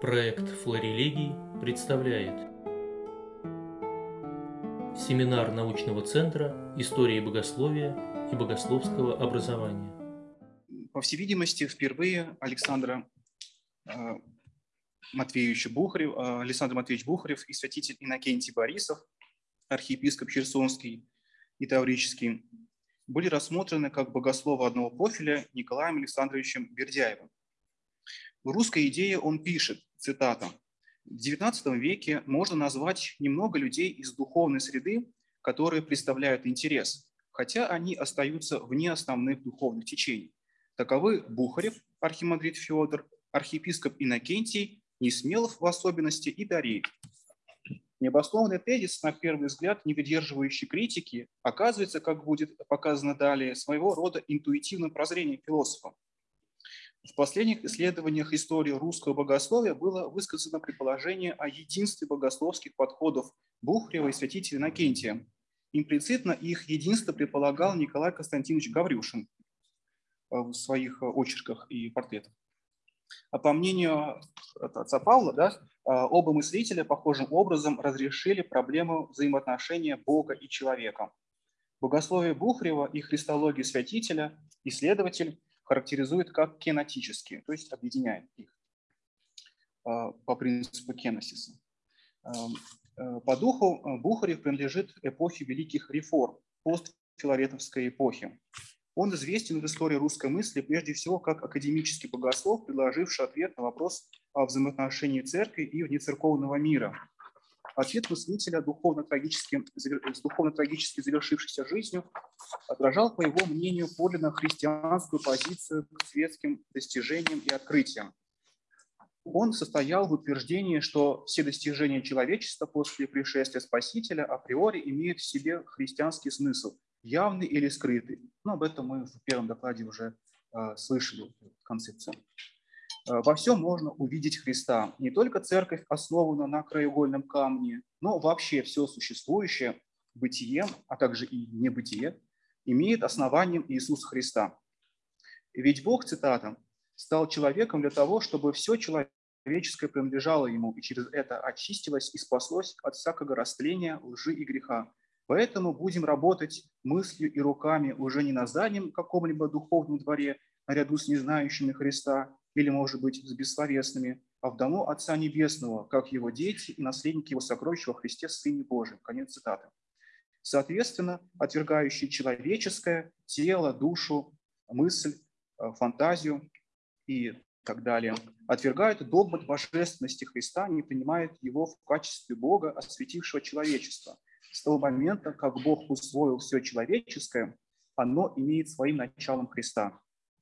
Проект «Флорелегий» представляет семинар научного центра истории богословия и богословского образования. По всей видимости, впервые Александр Матвеевич Бухарев и святитель Иннокентий Борисов, архиепископ Херсонский и Таврический, были рассмотрены как богословы одного профиля Николаем Александровичем Бердяевым. В «Русской идее» он пишет, цитата: «В XIX веке можно назвать немного людей из духовной среды, которые представляют интерес, хотя они остаются вне основных духовных течений. Таковы Бухарев, архимандрит Федор, архиепископ Иннокентий, Несмелов в особенности и Дарей». Необоснованный тезис, на первый взгляд, не выдерживающий критики, оказывается, как будет показано далее, своего рода интуитивным прозрением философа. В последних исследованиях истории русского богословия было высказано предположение о единстве богословских подходов Бухарева и святителя Иннокентия. Имплицитно их единство предполагал Николай Константинович Гаврюшин в своих очерках и портретах. А по мнению отца Павла, оба мыслителя похожим образом разрешили проблему взаимоотношения Бога и человека. Богословие Бухарева и христологию святителя исследователь характеризует как кенотические, то есть объединяет их по принципу кеносиса. По духу Бухарев принадлежит эпохе великих реформ, постфиларетовской эпохи. Он известен в истории русской мысли прежде всего как академический богослов, предложивший ответ на вопрос о взаимоотношении церкви и внецерковного мира. Ответ мыслителя с духовно-трагически завершившейся жизнью отражал, по его мнению, подлинно христианскую позицию к светским достижениям и открытиям. Он состоял в утверждении, что все достижения человечества после пришествия Спасителя априори имеют в себе христианский смысл, явный или скрытый. Но об этом мы в первом докладе уже слышали, концепцию. Во всем можно увидеть Христа. Не только церковь основана на краеугольном камне, но вообще все существующее, бытие, а также и небытие, имеет основанием Иисуса Христа. Ведь Бог, цитата, «стал человеком для того, чтобы все человеческое принадлежало ему, и через это очистилось и спаслось от всякого растления, лжи и греха. Поэтому будем работать мыслью и руками уже не на заднем каком-либо духовном дворе, наряду с незнающими Христа, или, может быть, с бессловесными, а в дому Отца Небесного, как его дети и наследники его сокровищ во Христе Сыне Божьем». Конец цитаты. Соответственно, отвергающий человеческое, тело, душу, мысль, фантазию и так далее, отвергают догмат божественности Христа, не принимают его в качестве Бога, осветившего человечество. С того момента, как Бог усвоил все человеческое, оно имеет своим началом Христа.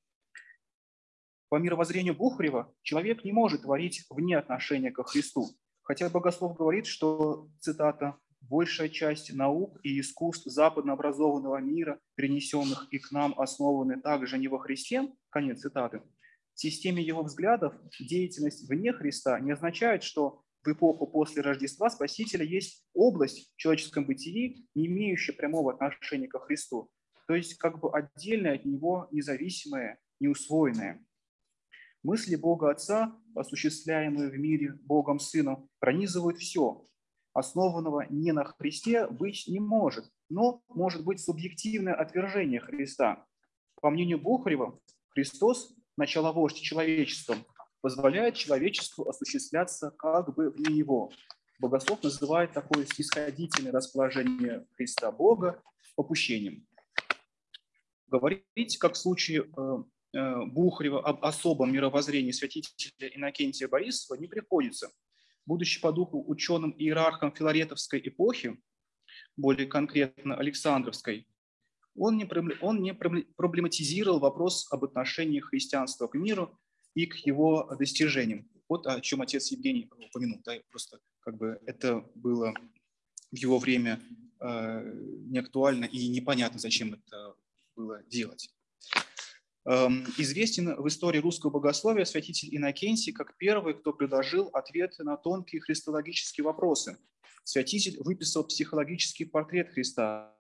По мировоззрению Бухарева человек не может творить вне отношения ко Христу, хотя богослов говорит, что, цитата, «большая часть наук и искусств западнообразованного мира, перенесенных и к нам, основаны также не во Христе», конец цитаты. В системе его взглядов деятельность вне Христа не означает, что в эпоху после Рождества Спасителя есть область в человеческом бытии, не имеющая прямого отношения ко Христу, то есть как бы отдельная от него, независимая, неусвоенная. Мысли Бога Отца, осуществляемые в мире Богом Сыном, пронизывают все. Основанного не на Христе быть не может, но может быть субъективное отвержение Христа. По мнению Бухарева, Христос, началовождь человечества, позволяет человечеству осуществляться как бы вне него. Богослов называет такое снисходительное расположение Христа Бога попущением. Говорить, как в случае Бухарева, об особом мировоззрении святителя Иннокентия Борисова не приходится. Будучи по духу ученым-иерархом филаретовской эпохи, более конкретно Александровской, он не проблематизировал вопрос об отношении христианства к миру и к его достижениям. Вот о чем отец Евгений упомянул. Да, просто как бы это было в его время не актуально и непонятно, зачем это было делать. Известен в истории русского богословия святитель Иннокентий как первый, кто предложил ответы на тонкие христологические вопросы. Святитель выписал психологический портрет Христа,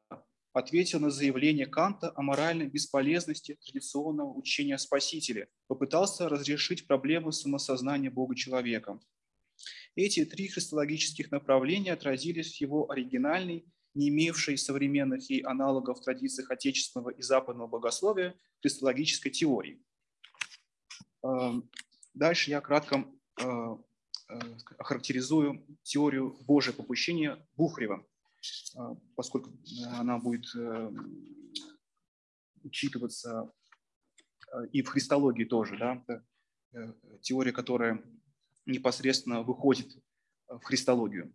ответил на заявление Канта о моральной бесполезности традиционного учения о Спасителе, попытался разрешить проблему самосознания Бога человеком. Эти три христологических направления отразились в его оригинальной, не имевшей современных ей аналогов в традициях отечественного и западного богословия, христологической теории. Дальше я кратко охарактеризую теорию Божьего попущения Бухарева, поскольку она будет учитываться и в христологии тоже. Да? Это теория, которая непосредственно выходит в христологию.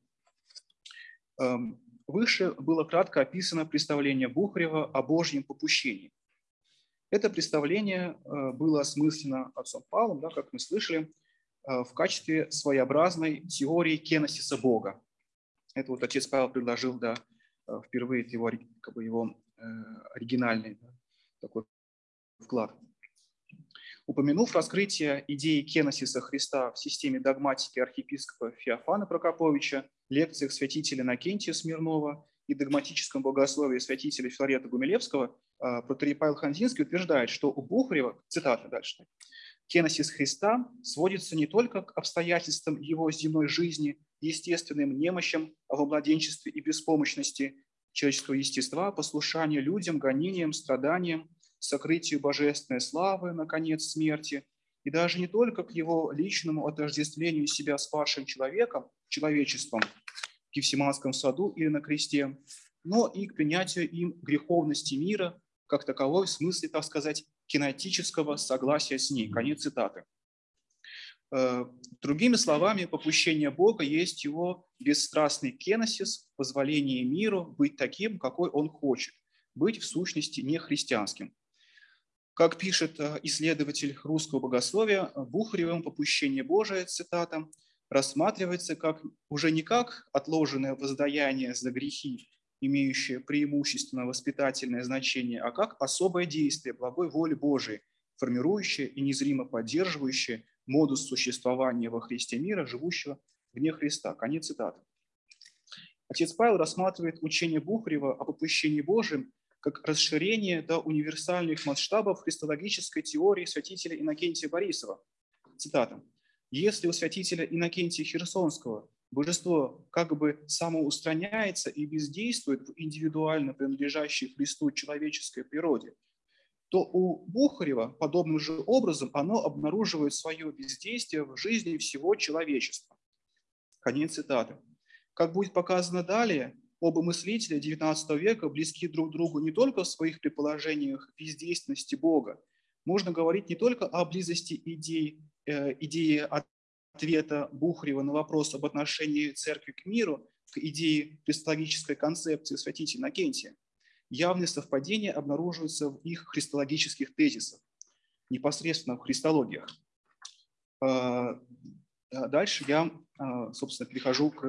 Выше было кратко описано представление Бухарева о Божьем попущении. Это представление было осмыслено отцом Павлом, да, как мы слышали, в качестве своеобразной теории кеносиса Бога. Это вот отец Павел предложил, да, впервые его оригинальный, да, такой вклад. Упомянув раскрытие идеи кеносиса Христа в системе догматики архиепископа Феофана Прокоповича, лекциях святителя Иннокентия Смирнова и догматическом богословии святителя Филарета Гумилевского, протоиерей Павел Хандзинский утверждает, что у Бухарева, цитата дальше, «кеносис Христа сводится не только к обстоятельствам его земной жизни, естественным немощам во младенчестве и беспомощности человеческого естества, послушанию людям, гонениям, страданиям, сокрытию божественной славы, наконец, смерти, и даже не только к его личному отождествлению себя с падшим человеком, человечеством в Гефсиманском саду или на кресте, но и к принятию им греховности мира, как таковой в смысле, так сказать, кинетического согласия с ней». Конец цитаты. Другими словами, попущение Бога есть его бесстрастный кеносис, позволение миру быть таким, какой он хочет, быть в сущности не христианским. Как пишет исследователь русского богословия, Бухаревым попущение Божие, цитата, рассматривается как уже не как отложенное воздаяние за грехи, имеющее преимущественно воспитательное значение, а как особое действие благой воли Божией, формирующее и незримо поддерживающее модус существования во Христе мира, живущего вне Христа. Конец цитаты. Отец Павел рассматривает учение Бухарева о попущении Божьем как расширение до универсальных масштабов христологической теории святителя Иннокентия Борисова. Цитата. «Если у святителя Иннокентия Херсонского божество как бы самоустраняется и бездействует в индивидуально принадлежащей Христу человеческой природе, то у Бухарева подобным же образом оно обнаруживает свое бездействие в жизни всего человечества». Конец цитаты. Как будет показано далее, оба мыслителя XIX века близки друг другу не только в своих предположениях бездейственности Бога. Можно говорить не только о близости идеи ответа Бухарева на вопрос об отношении церкви к миру, к идее христологической концепции святителя Иннокентия. Явные совпадения обнаруживаются в их христологических тезисах, непосредственно в христологиях. Дальше я, собственно, перехожу к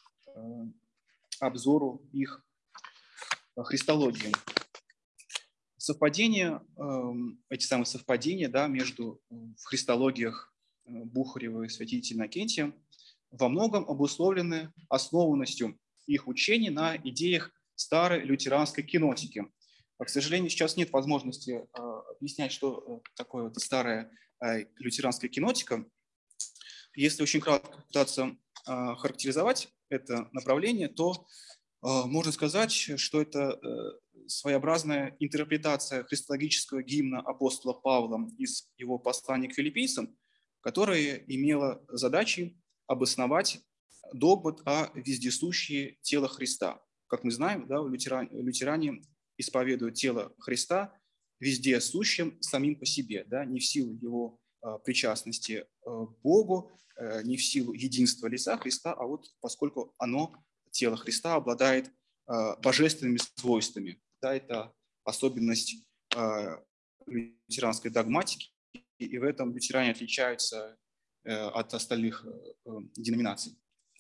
обзору их христологии. Совпадения, эти самые совпадения, да, между в христологиях Бухарева и святителя Иннокентия во многом обусловлены основанностью их учений на идеях старой лютеранской кинотики. К сожалению, сейчас нет возможности объяснять, что такое вот старая лютеранская кинотика. Если очень кратко пытаться характеризовать это направление, то можно сказать, что это своеобразная интерпретация христологического гимна апостола Павла из его послания к филиппийцам, которая имела задачей обосновать догмат о вездесущее тело Христа. Как мы знаем, да, лютеране исповедуют тело Христа везде сущим самим по себе, да, не в силу его причастности к Богу, не в силу единства лица Христа, а вот поскольку оно, тело Христа, обладает божественными свойствами. Да, это особенность лютеранской догматики, и в этом лютеране отличаются от остальных деноминаций.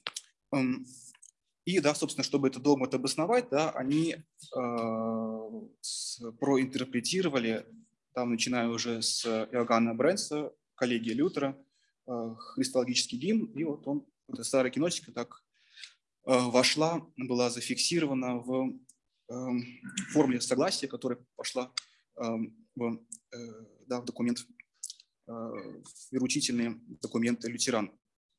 И, да, собственно, чтобы этот догмат обосновать, да, они проинтерпретировали, там, начиная уже с Иоганна Бренца, коллегия Лютера, христологический гимн, и вот он, эта старая кинотика так вошла, была зафиксирована в формуле согласия, которая пошла в документ, в вероучительные документы лютеран.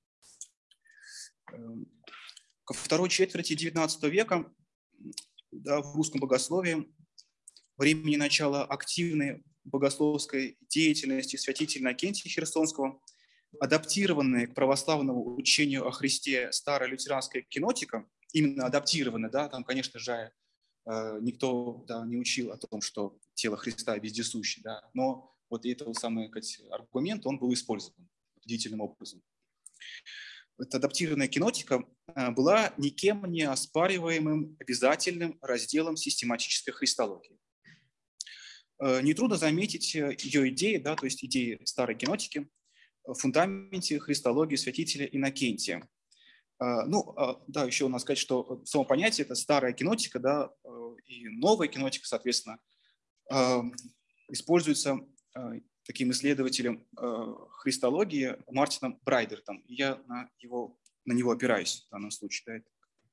Ко второй четверти XIX века в русском богословии, времени начала активной богословской деятельности святителя Иннокентия Херсонского, адаптированная к православному учению о Христе старая лютеранская кинотика, именно адаптированная, там, конечно же, никто не учил о том, что тело Христа вездесуще, но вот этот самый аргумент, он был использован удивительным образом. Эта адаптированная кинотика была никем не оспариваемым обязательным разделом систематической христологии. Нетрудно заметить ее идеи, то есть идеи старой кинотики, в фундаменте христологии святителя Иннокентия. Еще надо сказать, что само понятие – это старая кинотика, и новая кинотика, соответственно, используется таким исследователем христологии Мартином Брайдертом. Я на него опираюсь в данном случае,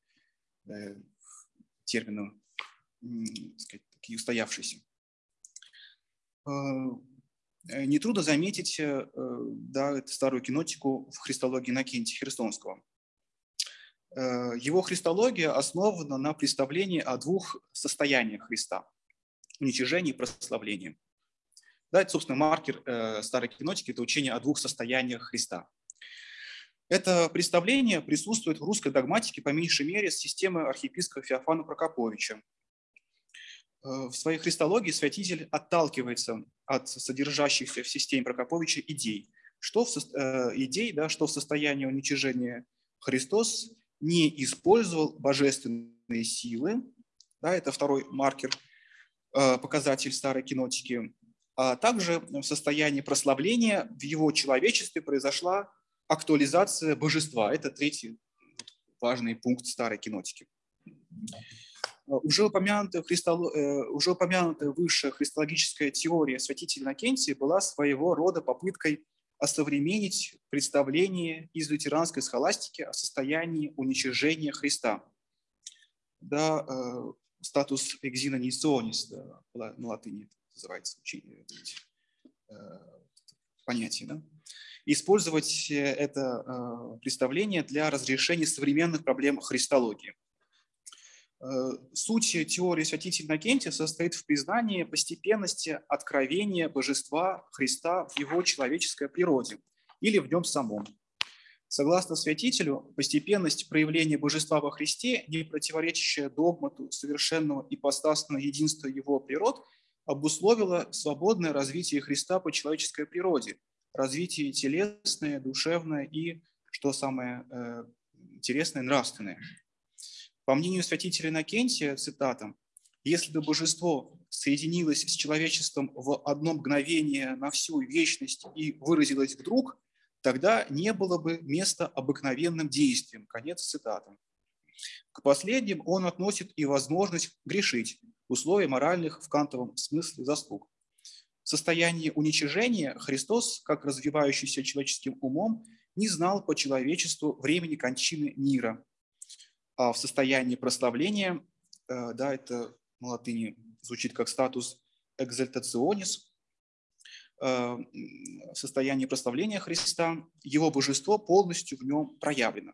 термины, такие устоявшиеся. Нетрудно заметить эту старую кинотику в христологии Иннокентия Херсонского. Его христология основана на представлении о двух состояниях Христа – уничижении и прославлении. Это, собственно, маркер старой кинотики – это учение о двух состояниях Христа. Это представление присутствует в русской догматике по меньшей мере с системы архиепископа Феофана Прокоповича. В своей христологии святитель отталкивается от содержащихся в системе Прокоповича идей, что в состоянии уничижения Христос не использовал божественные силы, это второй маркер, показатель старой кинотики, а также в состоянии прославления в его человечестве произошла актуализация божества. Это третий важный пункт старой кинотики. Уже упомянутая выше христологическая теория святителя Иннокентия была своего рода попыткой осовременить представление из лютеранской схоластики о состоянии уничижения Христа. Статус exina nicionis, на латыни называется понятие. Использовать это представление для разрешения современных проблем христологии. Суть теории святителя Иннокентия состоит в признании постепенности откровения божества Христа в его человеческой природе или в нем самом. Согласно святителю, постепенность проявления божества во Христе, не противоречащая догмату совершенного ипостасного единства его природ, обусловила свободное развитие Христа по человеческой природе, развитие телесное, душевное и, что самое интересное, нравственное. По мнению святителя Иннокентия, цитата, «Если бы божество соединилось с человечеством в одно мгновение на всю вечность и выразилось вдруг, тогда не было бы места обыкновенным действиям». Конец цитаты. К последним он относит и возможность грешить, условия моральных в кантовом смысле заслуг. В состоянии уничижения Христос, как развивающийся человеческим умом, не знал по человечеству времени кончины мира. А в состоянии прославления, это на латыни звучит как статус exaltationis, в состоянии прославления Христа, его божество полностью в нем проявлено.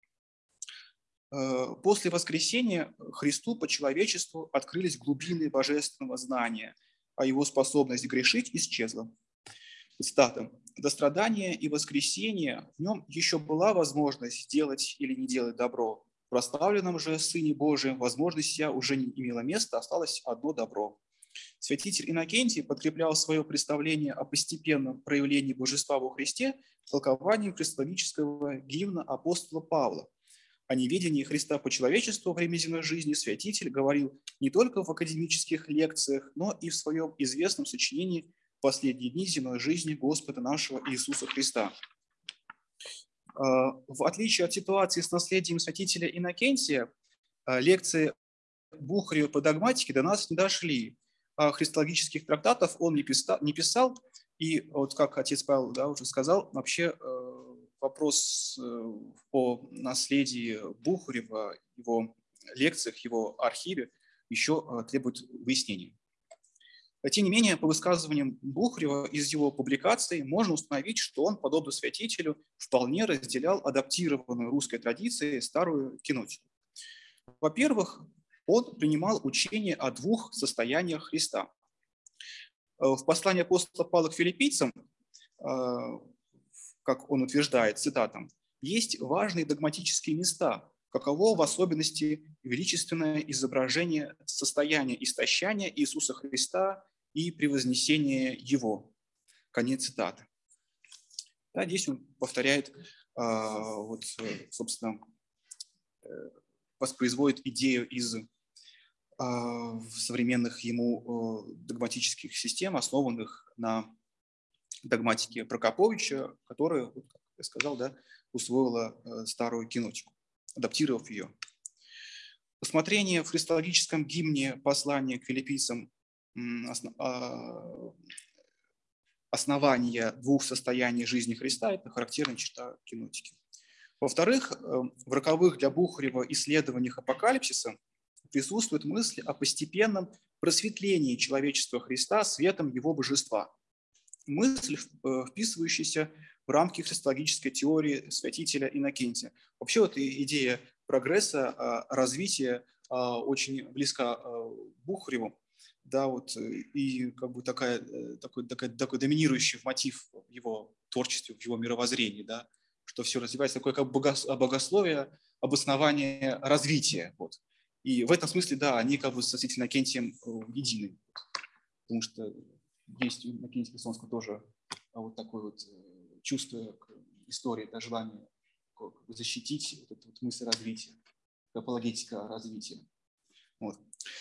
После воскресения Христу по человечеству открылись глубины божественного знания, а его способность грешить исчезла. Цитата. «До страдания и воскресения в нем еще была возможность делать или не делать добро. В прославленном же Сыне Божием возможность сия уже не имела места, осталось одно добро». Святитель Иннокентий подкреплял свое представление о постепенном проявлении божества во Христе толкованием христологического гимна апостола Павла. О неведении Христа по человечеству во время земной жизни святитель говорил не только в академических лекциях, но и в своем известном сочинении «Последние дни земной жизни Господа нашего Иисуса Христа». В отличие от ситуации с наследием святителя Иннокентия, лекции Бухарева по догматике до нас не дошли. А христологических трактатов он не писал. И вот как отец Павел уже сказал, вообще вопрос о наследии Бухарева, его лекциях, его архиве еще требует выяснения. Тем не менее, по высказываниям Бухарева из его публикаций можно установить, что он, подобно святителю, вполне разделял адаптированную русской традицией старую кинотику. Во-первых, он принимал учение о двух состояниях Христа. В послании апостола Павла к филиппийцам, как он утверждает, цитатам, есть важные догматические места, каково в особенности величественное изображение состояния истощания Иисуса Христа и превознесения Его. Конец цитаты. Да, здесь он повторяет, собственно, воспроизводит идею из современных ему догматических систем, основанных на догматике Прокоповича, которая, как я сказал, да, усвоила старую кинотику, адаптировав ее. Рассмотрение в христологическом гимне послания к филиппийцам основания двух состояний жизни Христа – это характерная черта кинотики. Во-вторых, в роковых для Бухарева исследованиях апокалипсиса присутствует мысль о постепенном просветлении человечества Христа светом его божества. Мысль, вписывающаяся в рамки христологической теории святителя Иннокентия. Вообще, вот идея прогресса, развития очень близка Бухареву. Да, вот, и как бы такой доминирующий мотив в его творчестве, в его мировоззрении, да, что все развивается, такое как богословие, обоснование развития. Вот. И в этом смысле, да, они как бы с святителем Иннокентием едины. Потому что есть у Иннокентия Херсонского тоже вот такое вот чувство к истории, да, желание защитить вот эту вот мысль развития, апологетика развития. Вот.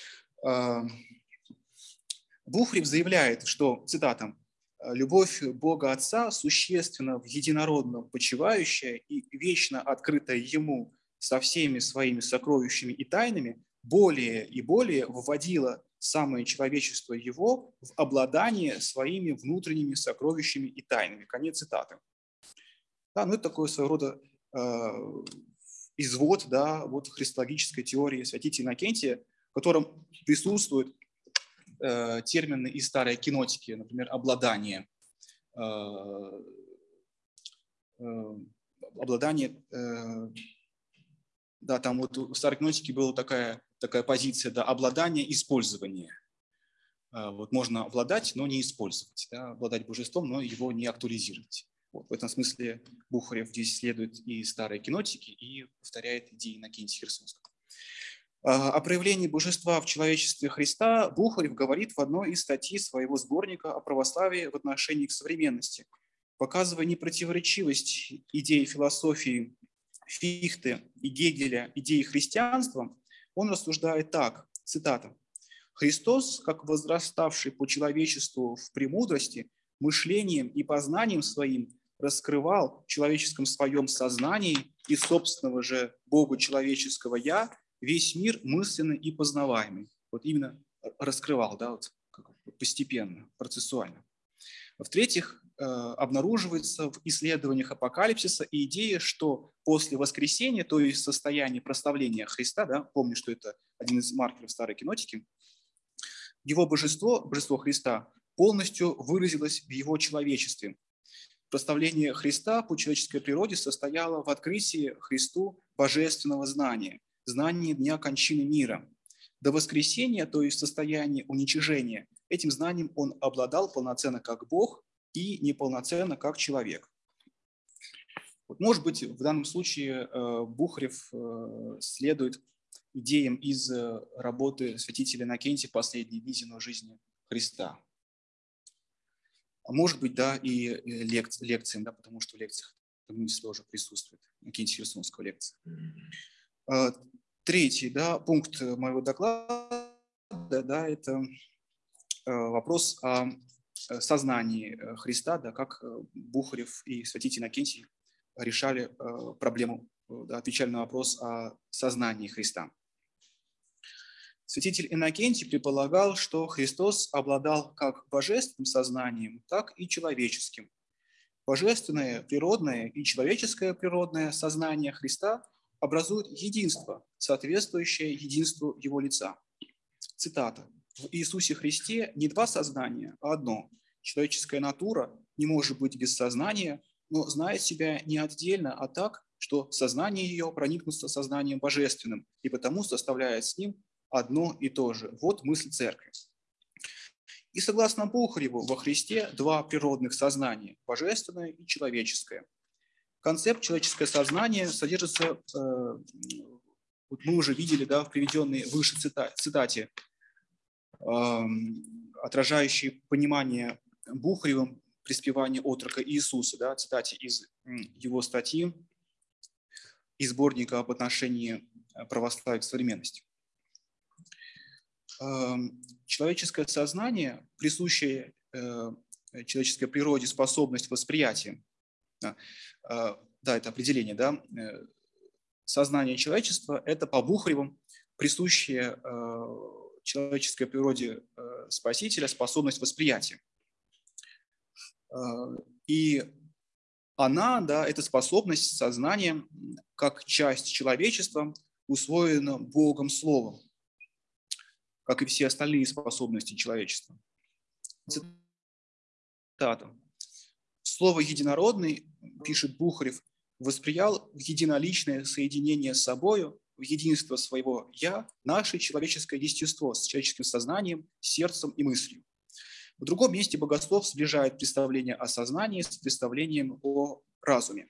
Бухарев заявляет, что, цитата, «любовь Бога Отца существенно в единородном почивающая и вечно открытая Ему со всеми своими сокровищами и тайнами более и более вводила самое человечество Его в обладание своими внутренними сокровищами и тайнами». Конец цитаты. Да, ну это такой своего рода извод, да, вот христологической теории святителя Иннокентия, в котором присутствуют термины из старой кинотики, например, обладание, да, там вот в старой кинотике была такая позиция, да, обладание, использование. Вот можно обладать, но не использовать, да, обладать божеством, но его не актуализировать. Вот, в этом смысле Бухарев здесь следует и старой кинотики и повторяет идеи Иннокентия Херсонского. О проявлении божества в человечестве Христа Бухарев говорит в одной из статей своего сборника о православии в отношении к современности, показывая непротиворечивость идеи философии Фихте и Гегеля, идеи христианства. Он рассуждает так, цитата, «Христос, как возраставший по человечеству в премудрости, мышлением и познанием своим раскрывал в человеческом своем сознании и собственного же Бога человеческого «я» весь мир мысленный и познаваемый». Вот именно раскрывал, да, вот постепенно, процессуально. В-третьих, обнаруживается в исследованиях апокалипсиса идея, что после воскресения, то есть состояние прославления Христа, да, помню, что это один из маркеров старой кинотики, его божество Христа, полностью выразилось в его человечестве. Прославление Христа по человеческой природе состояло в открытии Христу божественного знания, знании дня кончины мира. До воскресения, то есть состояние уничижения, этим знанием он обладал полноценно как Бог и неполноценно как человек. Вот, может быть, в данном случае Бухарев следует идеям из работы святителя Иннокентия «Последние видения жизни Христа». А может быть, да, и лекциям, да, потому что в лекциях тоже присутствует Иннокентия Херсонского лекция. Третий, да, пункт моего доклада, да, это вопрос о сознании Христа, да, как Бухарев и святитель Иннокентий решали проблему, да, отвечали на вопрос о сознании Христа. Святитель Иннокентий предполагал, что Христос обладал как божественным сознанием, так и человеческим. Божественное, природное и человеческое природное сознание Христа образуют единство, соответствующее единству его лица. цитата, «В Иисусе Христе не два сознания, а одно. Человеческая натура не может быть без сознания, но знает себя не отдельно, а так, что сознание ее проникнуто сознанием божественным и потому составляет с ним одно и то же». Вот мысль церкви. И согласно Бухареву, во Христе два природных сознания – божественное и человеческое. Концепт человеческое сознание содержится, вот мы уже видели, да, в приведенной выше цитате, отражающей понимание Бухаревым приспевания отрока Иисуса, да, цитате из его статьи из сборника об отношении православия к современности. Человеческое сознание, присущее человеческой природе способность восприятия, да, это определение, да, сознание человечества – это по Бухареву присущее человеческой природе Спасителя способность восприятия. И она, да, эта способность сознания, как часть человечества, усвоена Богом Словом, как и все остальные способности человечества. Цитата. «Слово «единородный», – пишет Бухарев, – восприял в единоличное соединение с собою, в единство своего «я», наше человеческое естество с человеческим сознанием, сердцем и мыслью». В другом месте богослов сближает представление о сознании с представлением о разуме.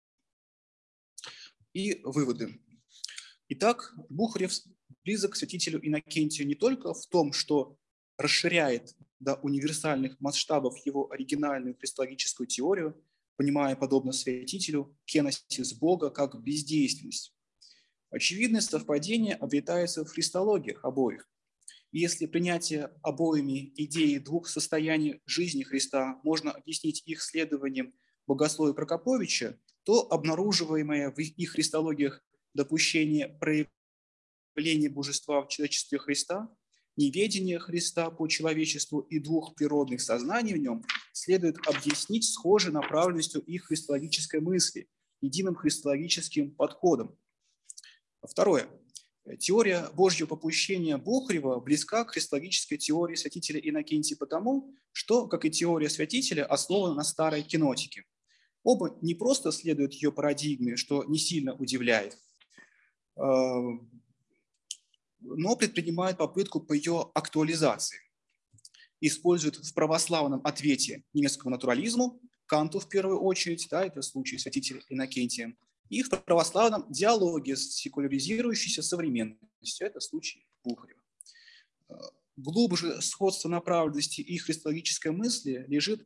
И выводы. Итак, Бухарев близок к святителю Иннокентию не только в том, что расширяет до универсальных масштабов его оригинальную христологическую теорию, понимая, подобно святителю, кеносис Бога как бездейственность. Очевидное совпадение обретается в христологиях обоих. И если принятие обоими идеи двух состояний жизни Христа можно объяснить их следованием богословия Прокоповича, то обнаруживаемое в их христологиях допущение проявления божества в человечестве Христа, неведение Христа по человечеству и двух природных сознаний в нем следует объяснить схожей направленностью их христологической мысли, единым христологическим подходом. Второе. Теория Божьего попущения Бухарева близка к христологической теории святителя Иннокентия потому, что, как и теория святителя, основана на старой кинотике. Оба не просто следуют ее парадигме, что не сильно удивляет, но предпринимают попытку по ее актуализации. Используют в православном ответе немецкому натурализму, Канту в первую очередь, да, это случай святителя Иннокентия, и в православном диалоге с секуляризирующейся современностью, это случай Бухарева. Глубже сходство направленности и христологической мысли лежит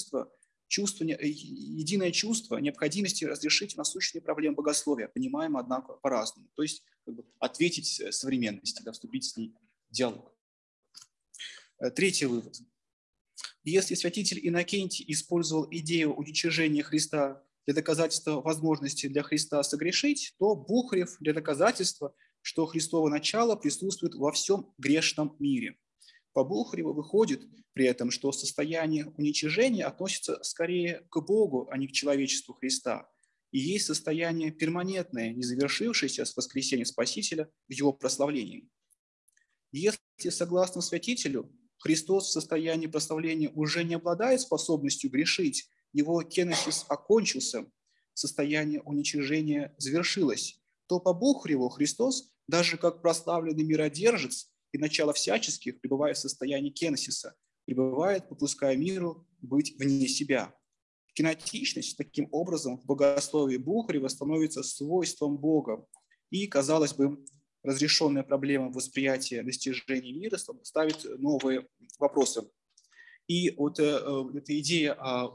единое чувство необходимости разрешить насущные проблемы богословия, понимаем, однако, по-разному. То есть ответить современности, да, вступить с ней в диалог. Третий вывод. Если святитель Иннокентий использовал идею уничижения Христа для доказательства возможности для Христа согрешить, то Бухарев для доказательства, что Христово начало присутствует во всем грешном мире. По Бухареву выходит при этом, что состояние уничижения относится скорее к Богу, а не к человечеству Христа, и есть состояние перманентное, не завершившееся с воскресением Спасителя в его прославлении. Если, согласно святителю, Христос в состоянии прославления уже не обладает способностью грешить, его кеносис окончился, состояние уничижения завершилось, то по Бухареву Христос, даже как прославленный миродержец и начало всяческих, пребывая в состоянии кеносиса, пребывает, попуская миру быть вне себя. Кинетичность, таким образом, в богословии Бухарева становится свойством Бога. И, казалось бы, разрешенная проблема восприятия достижений мира ставит новые вопросы. И вот эта идея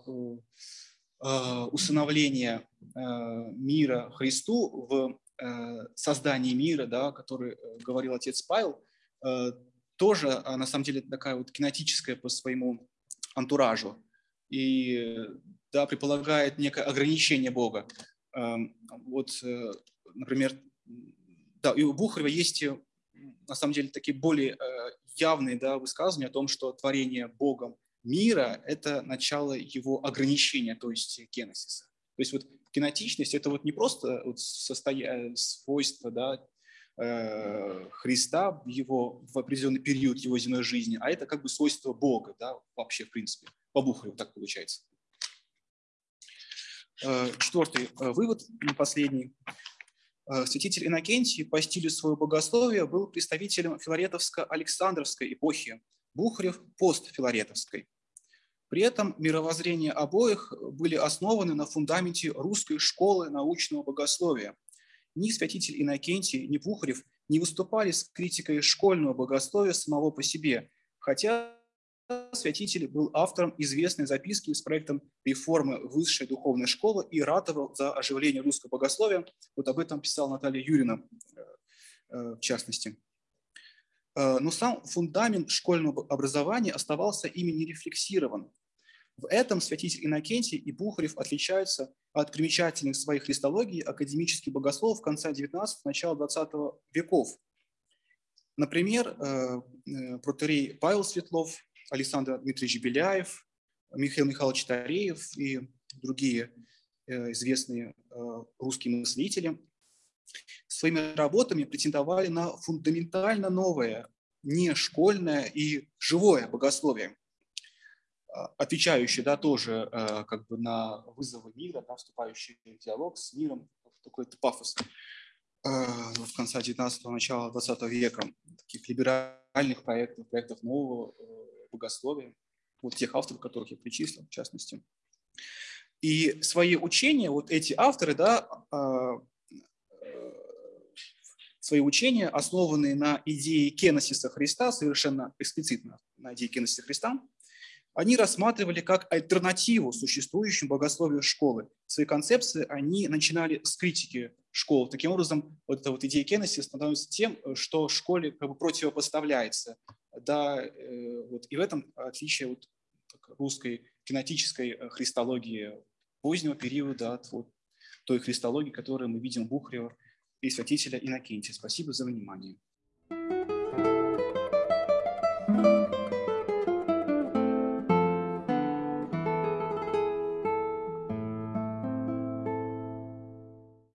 усыновления мира Христу в создании мира, да, о которой говорил отец Павел, тоже, на самом деле, такая вот кинетическая по своему антуражу. И, да, предполагает некое ограничение Бога. Вот, например, да, и у Бухарева есть, на самом деле, такие более явные, да, высказывания о том, что творение Богом мира – это начало его ограничения, то есть кеносиса. То есть вот кинетичность – это вот не просто вот свойство, да, Христа в определенный период его земной жизни, а это как бы свойство Бога, да, вообще, в принципе. По Бухареву так получается. Четвертый вывод, последний. Святитель Иннокентий по стилю своего богословия был представителем филаретовско-александровской эпохи, Бухарев – постфиларетовской. При этом мировоззрения обоих были основаны на фундаменте русской школы научного богословия. Ни святитель Иннокентий, ни Бухарев не выступали с критикой школьного богословия самого по себе, хотя святитель был автором известной записки с проектом реформы высшей духовной школы и ратовал за оживление русского богословия. Вот об этом писала Наталья Юрьевна, в частности. Но сам фундамент школьного образования оставался ими не рефлексирован. В этом святитель Иннокентий и Бухарев отличаются от примечательных своей христологии академических богословов конца XIX – начала XX веков. Например, протоиерей Павел Светлов, Александр Дмитриевич Беляев, Михаил Михайлович Тареев и другие известные русские мыслители своими работами претендовали на фундаментально новое, не школьное и живое богословие, отвечающее, да, тоже как бы на вызовы мира, да, вступающий в диалог с миром, такой-то пафос в конце 19-го, начала 20 века, таких либеральных проектов нового богословия, вот тех авторов, которых я перечислил, в частности. И свои учения, вот эти авторы, да, свои учения, основанные на идее кеносиса Христа, совершенно эксплицитно на идее кеносиса Христа, они рассматривали как альтернативу существующему богословию школы. Свои концепции они начинали с критики школ. Таким образом, вот эта вот идея кеносиса становится тем, что школе как бы противопоставляется. Да, вот, и в этом отличие от русской кинетической христологии позднего периода от вот той христологии, которую мы видим у Бухарева и святителя Иннокентия. Спасибо за внимание.